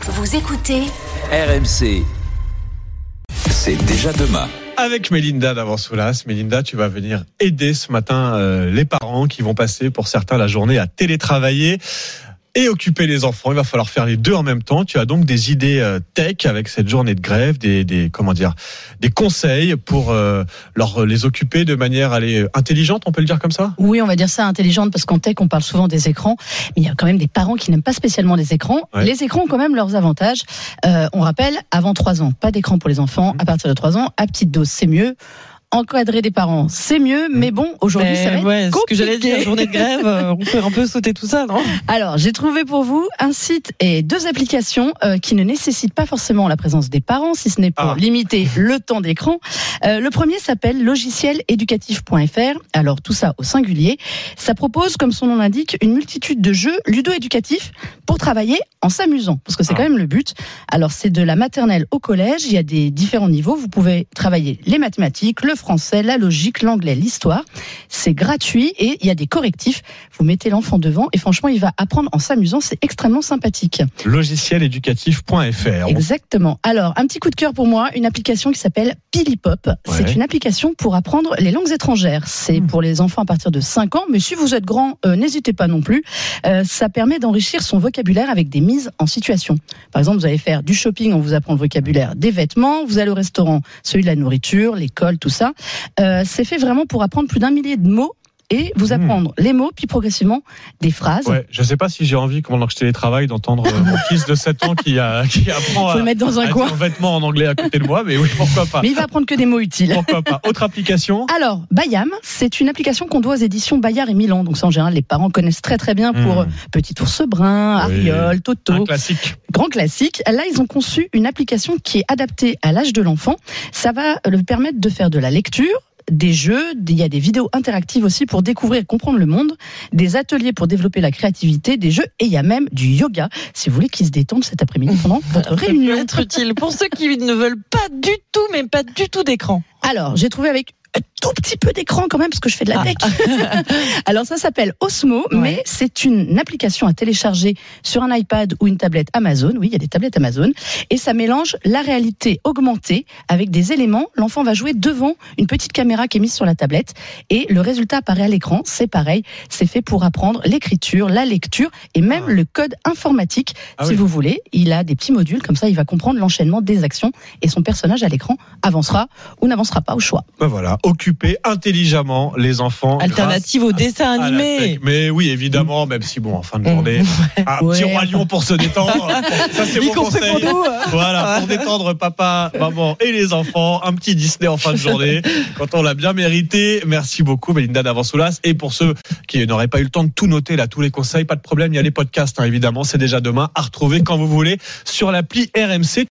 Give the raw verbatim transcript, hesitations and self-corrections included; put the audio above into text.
Vous écoutez R M C. C'est déjà demain. Avec Mélinda d'Avansoulas. Mélinda, tu vas venir aider ce matin euh, les parents qui vont passer pour certains la journée à télétravailler et occuper les enfants. Il va falloir faire les deux en même temps. Tu as donc des idées euh, tech avec cette journée de grève, des, des comment dire, des conseils pour euh, leur les occuper de manière allez, intelligente, on peut le dire comme ça ? Oui, on va dire ça intelligente parce qu'en tech on parle souvent des écrans, mais il y a quand même des parents qui n'aiment pas spécialement les écrans. Ouais. Les écrans ont quand même leurs avantages. Euh, on rappelle, avant trois ans, pas d'écran pour les enfants. Mmh. À partir de trois ans, à petite dose, c'est mieux. Encadrer des parents, c'est mieux, mais bon, aujourd'hui, mais ça va être ouais, compliqué. Ce que j'allais dire, journée de grève, on peut un peu sauter tout ça, non ? Alors, j'ai trouvé pour vous un site et deux applications euh, qui ne nécessitent pas forcément la présence des parents, si ce n'est pour ah. limiter le temps d'écran. Euh, le premier s'appelle logiciel éducatif point f r. Alors, tout ça au singulier. Ça propose, comme son nom l'indique, une multitude de jeux ludo-éducatifs pour travailler en s'amusant, parce que c'est ah. quand même le but. Alors, c'est de la maternelle au collège. Il y a des différents niveaux. Vous pouvez travailler les mathématiques, le français, la logique, l'anglais, l'histoire. C'est gratuit et il y a des correctifs. Vous mettez l'enfant devant et franchement, il va apprendre en s'amusant. C'est extrêmement sympathique. logiciel éducatif point f r. Exactement. Alors, un petit coup de cœur pour moi, une application qui s'appelle Pilipop. Ouais. C'est une application pour apprendre les langues étrangères. C'est mmh. pour les enfants à partir de cinq ans, mais si vous êtes grand, euh, n'hésitez pas non plus. Euh, ça permet d'enrichir son vocabulaire avec des mises en situation. Par exemple, vous allez faire du shopping, on vous apprend le vocabulaire des vêtements. Vous allez au restaurant, celui de la nourriture, l'école, tout ça. Euh, c'est fait vraiment pour apprendre plus d'un millier de mots et vous apprendre mmh. les mots, puis progressivement des phrases. Ouais, je ne sais pas si j'ai envie, pendant que je télétravaille, d'entendre mon fils de sept ans qui, a, qui apprend à, le mettre dans un à coin. dire vêtements en anglais à côté de moi, mais oui, pourquoi pas. Mais il va apprendre que des mots utiles. Pourquoi pas. Autre application ? Alors, Bayam, c'est une application qu'on doit aux éditions Bayard et Milan. Donc ça, en général, les parents connaissent très très bien pour mmh. Petit Ours Brun, Ariol, oui. Toto. Un classique. Grand classique. Là, ils ont conçu une application qui est adaptée à l'âge de l'enfant. Ça va lui permettre de faire de la lecture, des jeux, il y a des vidéos interactives aussi pour découvrir et comprendre le monde, des ateliers pour développer la créativité, des jeux, et il y a même du yoga, si vous voulez qu'ils se détendent cet après-midi pendant votre réunion. Ça peut être utile pour ceux qui ne veulent pas du tout, mais pas du tout d'écran. Alors, j'ai trouvé avec un tout petit peu d'écran quand même, parce que je fais de la tech. Ah. Alors ça s'appelle Osmo, ouais. mais c'est une application à télécharger sur un iPad ou une tablette Amazon. Oui, il y a des tablettes Amazon. Et ça mélange la réalité augmentée avec des éléments. L'enfant va jouer devant une petite caméra qui est mise sur la tablette. Et le résultat apparaît à l'écran. C'est pareil. C'est fait pour apprendre l'écriture, la lecture et même ah. le code informatique, ah, si oui. vous voulez. Il a des petits modules. Comme ça, il va comprendre l'enchaînement des actions. Et son personnage à l'écran avancera ou n'avancera pas au choix. Ben voilà. Occuper intelligemment les enfants. Alternative au dessin animé. Mais oui, évidemment, même si bon, en fin de journée, mmh. un ouais. petit roi lion pour se détendre. Ça, c'est mon conseil. Pour nous. Voilà, pour détendre papa, maman et les enfants. Un petit Disney en fin de journée, quand on l'a bien mérité. Merci beaucoup, Mélinda d'Avansoulas. Et pour ceux qui n'auraient pas eu le temps de tout noter, là, tous les conseils, pas de problème. Il y a les podcasts, hein, évidemment. C'est déjà demain à retrouver quand vous voulez sur l'appli R M C.